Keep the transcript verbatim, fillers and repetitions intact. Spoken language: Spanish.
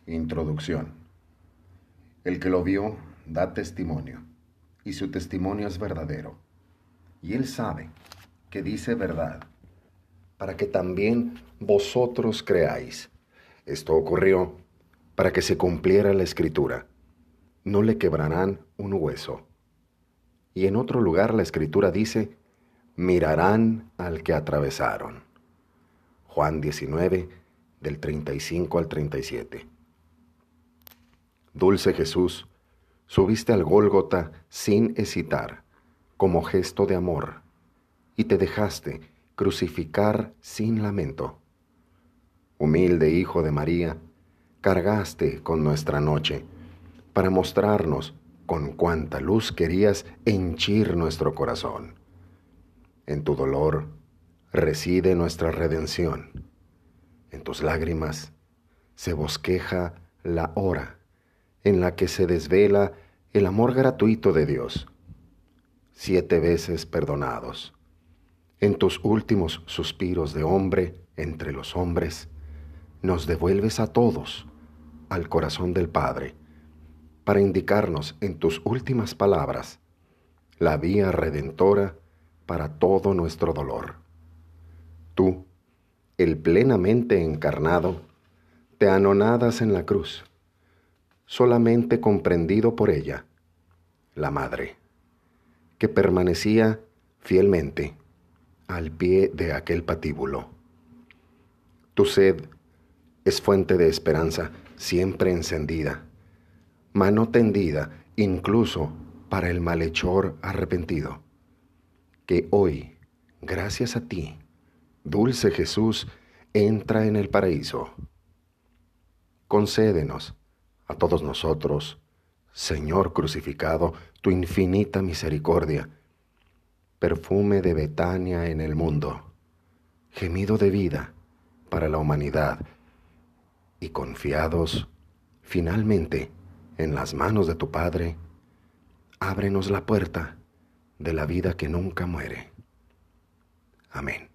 Introducción. El que lo vio da testimonio, y su testimonio es verdadero. Y él sabe que dice verdad, para que también vosotros creáis. Esto ocurrió para que se cumpliera la escritura. No le quebrarán un hueso. Y en otro lugar la escritura dice, mirarán al que atravesaron. Juan diecinueve, del treinta y cinco al treinta y siete. Dulce Jesús, subiste al Gólgota sin hesitar, como gesto de amor, y te dejaste crucificar sin lamento. Humilde Hijo de María, cargaste con nuestra noche, para mostrarnos con cuánta luz querías henchir nuestro corazón. En tu dolor reside nuestra redención. En tus lágrimas se bosqueja la hora en la que se desvela el amor gratuito de Dios. Siete veces perdonados, en tus últimos suspiros de hombre entre los hombres, nos devuelves a todos al corazón del Padre, para indicarnos en tus últimas palabras la vía redentora para todo nuestro dolor. Tú, el plenamente encarnado, te anonadas en la cruz, solamente comprendido por ella, la Madre, que permanecía fielmente al pie de aquel patíbulo. Tu sed es fuente de esperanza siempre encendida, mano tendida incluso para el malhechor arrepentido, que hoy, gracias a ti, dulce Jesús, entra en el paraíso. Concédenos a todos nosotros, Señor crucificado, tu infinita misericordia, perfume de Betania en el mundo, gemido de vida para la humanidad, y confiados finalmente en las manos de tu Padre, ábrenos la puerta de la vida que nunca muere. Amén.